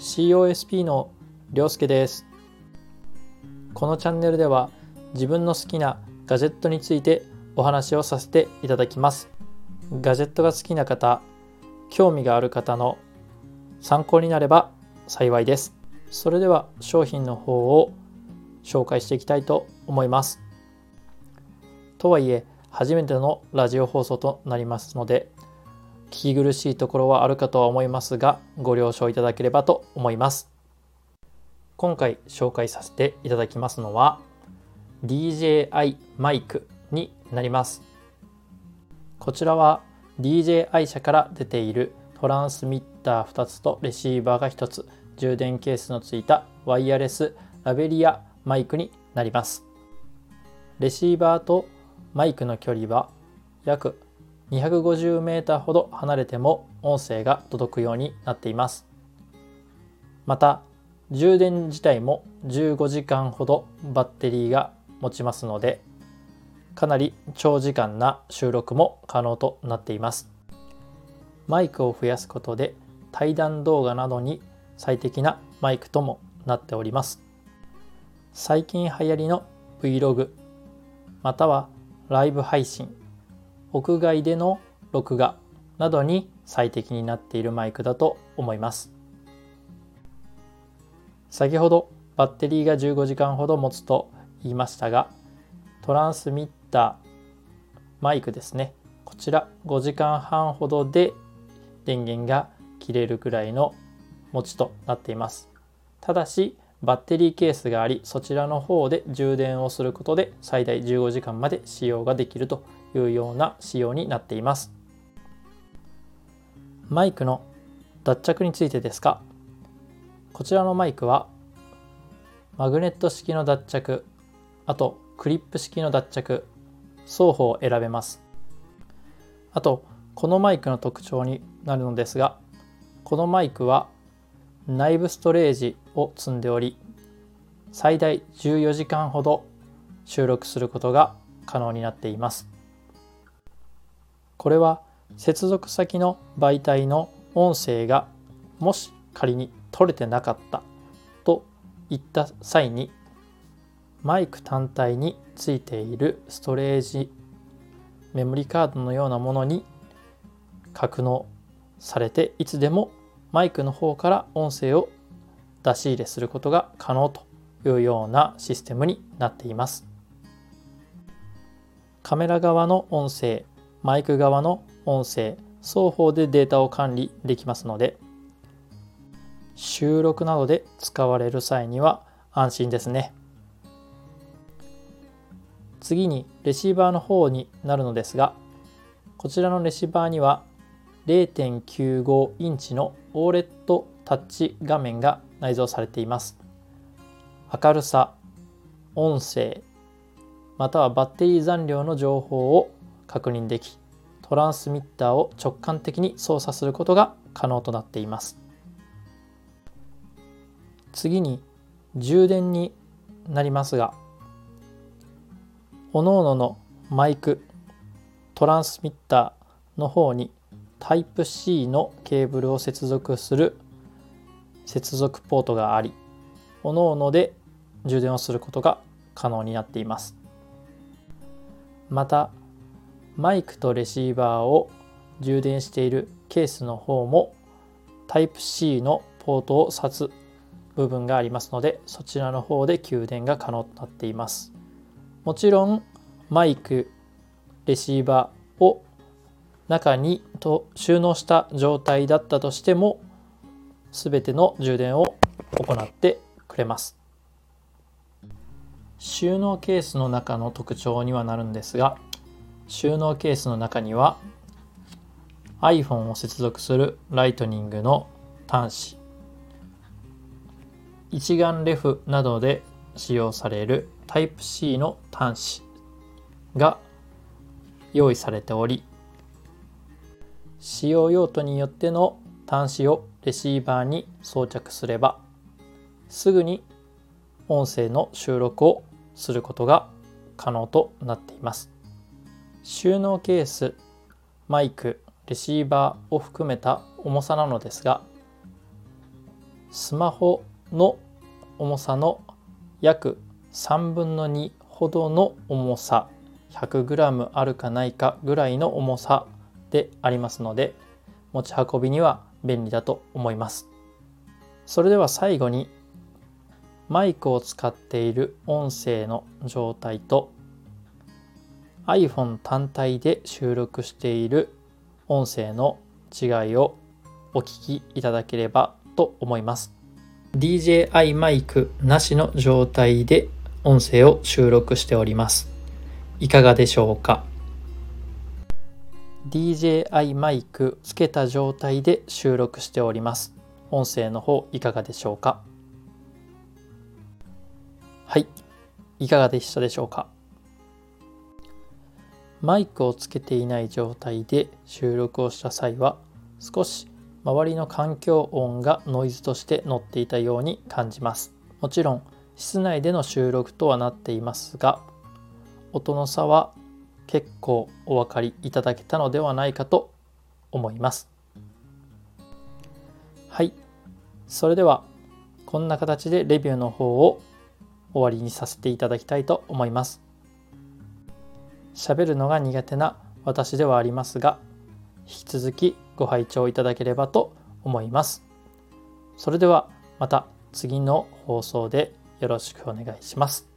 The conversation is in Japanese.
COSP のりょうすけです。このチャンネルでは自分の好きなガジェットについてお話をさせていただきます。ガジェットが好きな方、興味がある方の参考になれば幸いです。それでは商品の方を紹介していきたいと思います。とはいえ初めてのラジオ放送となりますので、聞き苦しいところはあるかとは思いますが、ご了承いただければと思います。今回紹介させていただきますのは DJI マイクになります。こちらは DJI 社から出ているトランスミッター2つとレシーバーが1つ、充電ケースのついたワイヤレスラベリアマイクになります。レシーバーとマイクの距離は約250メーターほど離れても音声が届くようになっています。また充電自体も15時間ほどバッテリーが持ちますので、かなり長時間な収録も可能となっています。マイクを増やすことで対談動画などに最適なマイクともなっております。最近流行りの Vlog またはライブ配信、屋外での録画などに最適になっているマイクだと思います。先ほどバッテリーが15時間ほど持つと言いましたが、トランスミッターマイクですね、こちら5時間半ほどで電源が切れるくらいの持ちとなっています。ただしバッテリーケースがあり、そちらの方で充電をすることで最大15時間まで使用ができるというような仕様になっています。マイクの脱着についてですが、こちらのマイクはマグネット式の脱着、あとクリップ式の脱着、双方選べます。あとこのマイクの特徴になるのですが、このマイクは内部ストレージを積んでおり、最大14時間ほど収録することが可能になっています。これは接続先の媒体の音声がもし仮に取れてなかったといった際に、マイク単体についているストレージメモリカードのようなものに格納されて、いつでもマイクの方から音声を出し入れすることが可能というようなシステムになっています。カメラ側の音声、マイク側の音声、双方でデータを管理できますので、収録などで使われる際には安心ですね。次にレシーバーの方になるのですが、こちらのレシーバーには 0.95 インチの OLED タッチ画面が内蔵されています。明るさ、音声、またはバッテリー残量の情報を確認でき、トランスミッターを直感的に操作することが可能となっています。次に充電になりますが、各々のマイク、トランスミッターの方にタイプ C のケーブルを接続する接続ポートがあり、各々で充電をすることが可能になっています。またマイクとレシーバーを充電しているケースの方もタイプ C のポートを挿す部分がありますので、そちらの方で給電が可能となっています。もちろんマイク、レシーバーを中に収納した状態だったとしても、全ての充電を行ってくれます。収納ケースの中の特徴にはなるんですが、収納ケースの中には iPhone を接続するライトニングの端子、一眼レフなどで使用されるタイプ C の端子が用意されており、使用用途によっての端子をレシーバーに装着すれば、すぐに音声の収録をすることが可能となっています。収納ケース、マイク、レシーバーを含めた重さなのですが、 スマホの重さの約3分の2ほどの重さ、100g あるかないかぐらいの重さでありますので、持ち運びには便利だと思います。それでは最後に、マイクを使っている音声の状態と iPhone 単体で収録している音声の違いをお聞きいただければと思います。DJI マイクなしの状態で音声を収録しております。いかがでしょうか？ DJI マイクつけた状態で収録しております。音声の方いかがでしょうか？はい、いかがでしたでしょうか？マイクをつけていない状態で収録をした際は、少し周りの環境音がノイズとして乗っていたように感じます。もちろん室内での収録とはなっていますが、音の差は結構お分かりいただけたのではないかと思います。はい、それではこんな形でレビューの方を終わりにさせていただきたいと思います。喋るのが苦手な私ではありますが、引き続きご拝聴いただければと思います。それではまた次の放送でよろしくお願いします。